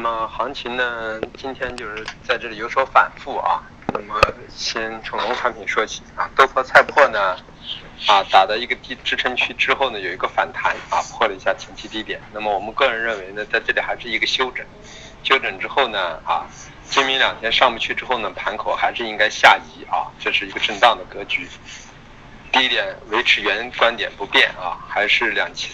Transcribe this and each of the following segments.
么行情呢，今天就是在这里有所反复啊。那么先从农产品说起啊，豆粕、菜粕呢打到一个低支撑区之后呢，有一个反弹破了一下前期低点。那么我们个人认为呢，在这里还是一个休整，休整之后呢今明2天上不去之后呢，盘口还是应该下移这是一个震荡的格局。第一点，维持原观点不变还是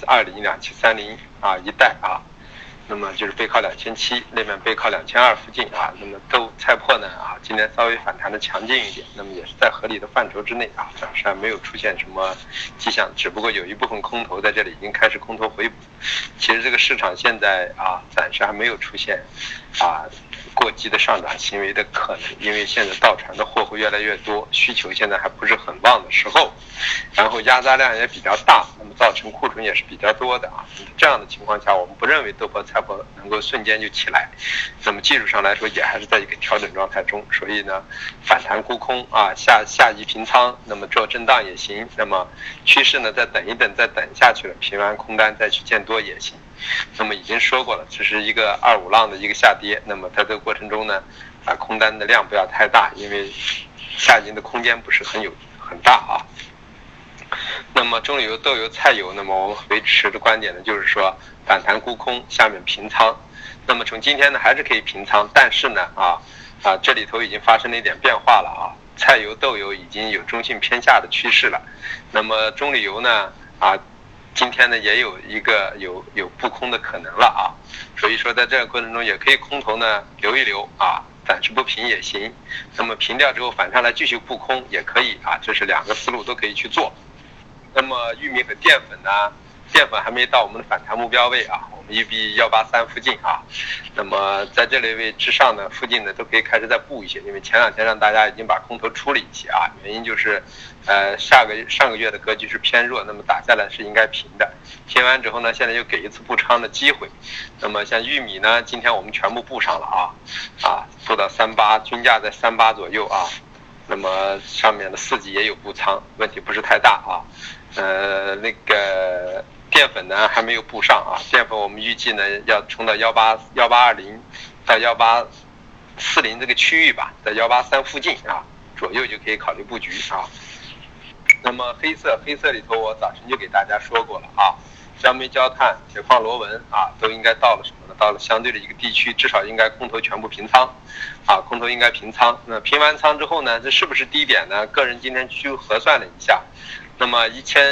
2720、2730一带那么就是背靠2700，那边背靠2200附近那么菜粕呢今天稍微反弹的强劲一点，那么也是在合理的范畴之内暂时还没有出现什么迹象，只不过有一部分空头在这里已经开始空头回补。其实这个市场现在暂时还没有出现过激的上涨行为的可能，因为现在到船的货会越来越多，需求现在还不是很旺的时候，然后压榨量也比较大，那么造成库存也是比较多的这样的情况下，我们不认为豆粕、菜粕能够瞬间就起来，那么技术上来说也还是在一个调整状态中，所以呢反弹沽空下移平仓，那么做震荡也行，那么趋势呢再等一等，再等下去了，平完空单再去见多也行。那么已经说过了，这是一个25浪的一个下跌，那么在这个过程中呢空单的量不要太大，因为下行的空间不是很大那么中游、豆油、菜油，那么我们维持的观点呢，就是说反弹沽空，下面平仓。那么从今天呢还是可以平仓，但是呢这里头已经发生了一点变化了菜油、豆油已经有中性偏下的趋势了。那么中旅游呢今天呢也有一个有布空的可能了所以说在这个过程中也可以空头呢留一留暂时不平也行，那么平掉之后反上来继续布空也可以这是2个思路都可以去做。那么玉米和淀粉呢，淀粉还没到我们的反弹目标位我们预计183附近那么在这类位之上呢，附近呢都可以开始再布一些，因为前2天让大家已经把空头出了一些原因就是上个月的格局是偏弱，那么打下来是应该平的，平完之后呢，现在又给一次布仓的机会。那么像玉米呢，今天我们全部布上了布到38，均价在38左右那么上面的4级也有布仓，问题不是太大那个淀粉呢还没有布上淀粉我们预计呢要冲到1820到1840这个区域吧，在183附近左右就可以考虑布局那么黑色里头我早晨就给大家说过了焦煤、焦炭、铁矿、螺纹都应该到了什么呢？到了相对的一个地区，至少应该空头全部平仓空头应该平仓。那平完仓之后呢，这是不是低点呢？个人今天去核算了一下，那么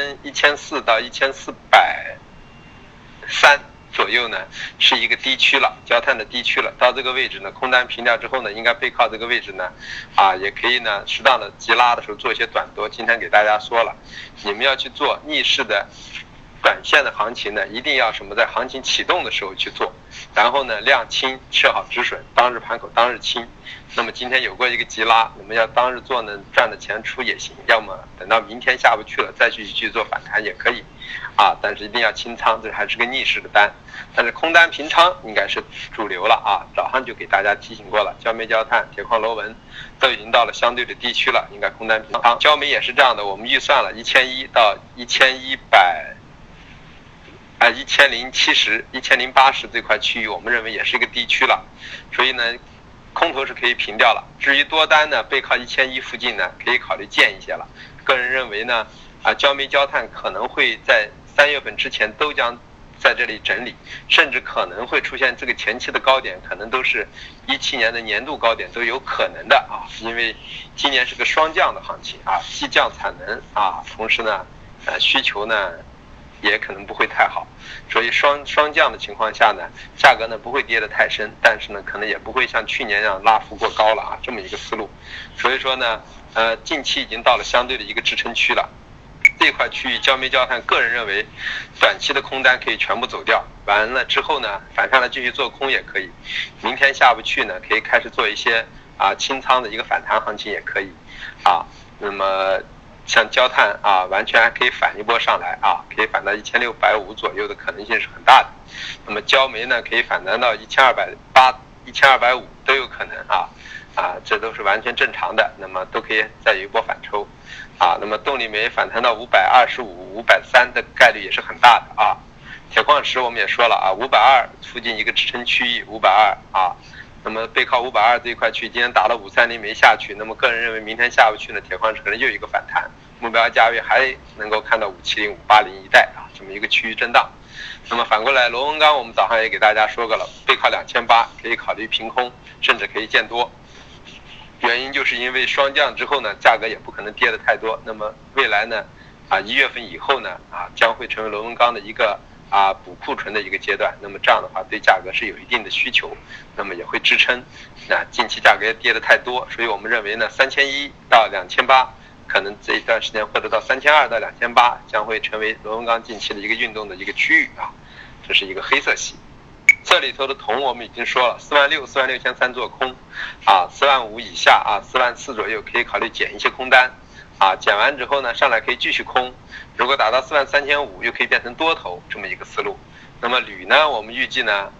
1400到1430左右呢是一个低区了，焦炭的低区了。到这个位置呢，空单平掉之后呢，应该背靠这个位置呢也可以呢适当的急拉的时候做一些短多。今天给大家说了，你们要去做逆势的短线的行情呢，一定要在行情启动的时候去做，然后呢量轻，设好止损，当日盘口当日清。那么今天有过一个急拉，我们要当日做呢，赚的钱出也行，要么等到明天下不去了再去做反弹也可以但是一定要清仓，这还是个逆势的单。但是空单平仓应该是主流了早上就给大家提醒过了，焦煤、焦炭、铁矿、螺纹都已经到了相对的低区了，应该空单平仓。焦煤也是这样的，我们预算了1100到1070、1080这块区域，我们认为也是一个低区了，所以呢空头是可以平掉了。至于多单呢，背靠1100附近呢，可以考虑建一些了。个人认为呢焦煤、焦炭可能会在3月份之前都将在这里整理，甚至可能会出现这个前期的高点，可能都是17年的年度高点都有可能的因为今年是个双降的行情既降产能同时呢需求呢也可能不会太好，所以双降的情况下呢，价格呢不会跌得太深，但是呢可能也不会像去年那样拉幅过高了这么一个思路。所以说呢近期已经到了相对的一个支撑区了，这块区域焦煤、焦炭个人认为短期的空单可以全部走掉，完了之后呢反上来继续做空也可以，明天下不去呢可以开始做一些清仓的一个反弹行情也可以那么像焦炭完全还可以反一波上来可以反到1650左右的可能性是很大的。那么焦煤呢可以反弹到1280、1250都有可能这都是完全正常的，那么都可以再有一波反抽那么动力煤反弹到525、530的概率也是很大的铁矿石我们也说了啊，520附近一个支撑区域520啊，那么背靠520这一块区域，今天打了530没下去，那么个人认为明天下午去呢，铁矿石可能又一个反弹，目标价位还能够看到570、580一带啊，这么一个区域震荡。那么反过来，螺纹钢我们早上也给大家说过了，背靠2800可以考虑平空，甚至可以见多。原因就是因为双降之后呢，价格也不可能跌得太多。那么未来呢，1月份以后呢，将会成为螺纹钢的一个补库存的一个阶段。那么这样的话，对价格是有一定的需求，那么也会支撑。近期价格也跌得太多，所以我们认为呢，3100到2800，可能这一段时间或者到3200到2800，将会成为螺纹钢近期的一个运动的一个区域啊。这是一个黑色系。这里头的铜我们已经说了，46000、46300做空，45000以下44000左右可以考虑减一些空单减完之后呢，上来可以继续空，如果打到43500又可以变成多头这么一个思路。那么铝呢，我们预计呢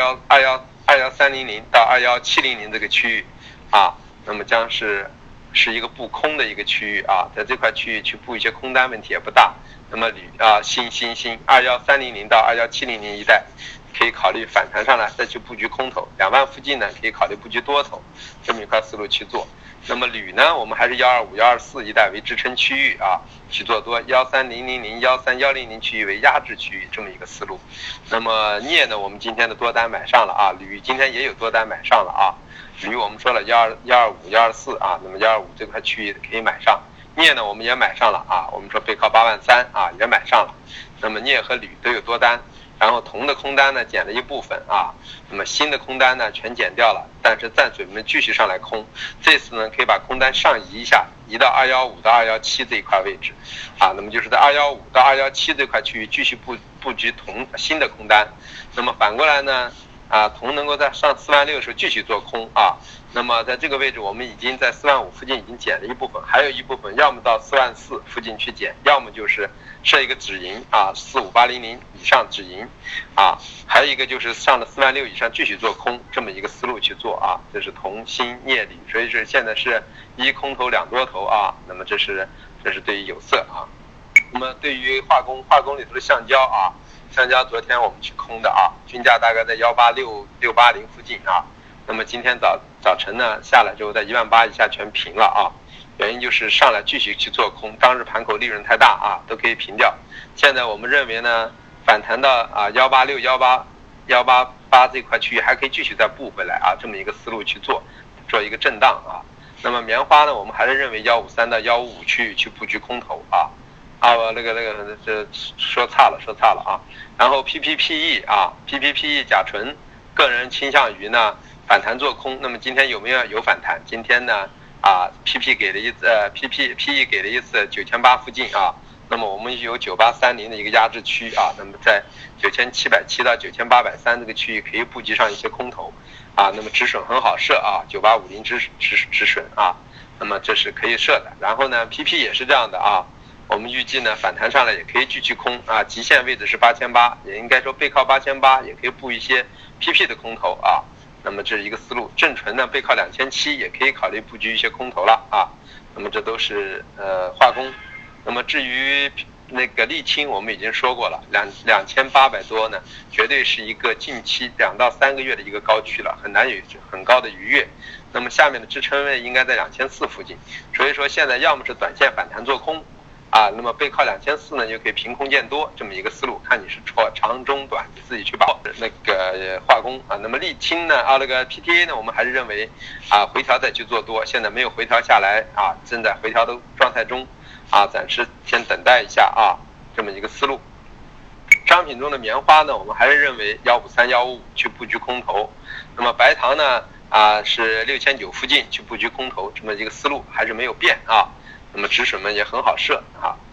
21300到21700这个区域那么将是一个布空的一个区域在这块区域去布一些空单问题也不大。那么铝锌21300到21700一带可以考虑反弹上来再去布局空头，2万附近呢可以考虑布局多头，这么一块思路去做。那么铝呢，我们还是125、124一带为支撑区域去做多，13000、13100区域为压制区域，这么一个思路。那么镍呢，我们今天的多单买上了铝今天也有多单买上了铝我们说了125、124那么125这块区域可以买上。镍呢，我们也买上了我们说背靠83000也买上了。那么镍和铝都有多单。然后铜的空单呢减了一部分那么新的空单呢全减掉了，但是暂时我们继续上来空，这次呢可以把空单上移一下，移到215到217这一块位置那么就是在215到217这块区域继续布局新的空单。那么反过来呢铜能够在上46000的时候继续做空那么在这个位置我们已经在45000附近已经减了一部分，还有一部分要么到44000附近去减，要么就是设一个止盈45800以上止盈还有一个就是上了46000以上继续做空，这么一个思路去做这是铜、锌、镍、铝，所以是现在是一空头两多头那么这是对于有色那么对于化工里头的橡胶橡胶昨天我们去空的均价大概在186、680附近那么今天早晨呢下来之后在18000以下全平了原因就是上来继续去做空，当日盘口利润太大都可以平掉。现在我们认为呢反弹到186、188这块区域还可以继续再布回来这么一个思路去做一个震荡那么棉花呢，我们还是认为153到155区域去布局空头这说差了然后 PPPE 甲醇个人倾向于呢反弹做空。那么今天有反弹？今天呢PPE 给了一次9800附近那么我们有9830的一个压制区那么在9770到9830这个区域可以布局上一些空头那么止损很好设9850止损那么这是可以设的。然后呢 PP 也是这样的我们预计呢反弹上来也可以继续空极限位置是8800，也应该说背靠8800也可以布一些 PP 的空头那么这是一个思路。正纯呢背靠2700也可以考虑布局一些空头了那么这都是化工。那么至于那个沥青我们已经说过了，2800多呢绝对是一个近期2到3个月的一个高区了，很难有很高的逾越。那么下面的支撑位应该在2400附近，所以说现在要么是短线反弹做空那么背靠2400呢就可以凭空见多，这么一个思路，看你是长中短你自己去把握。那个化工那么沥青呢那个 PTA 呢我们还是认为回调再去做多，现在没有回调下来正在回调的状态中暂时先等待一下这么一个思路。商品中的棉花呢我们还是认为153、155去布局空头。那么白糖呢是6900附近去布局空头，这么一个思路还是没有变那么止损们也很好设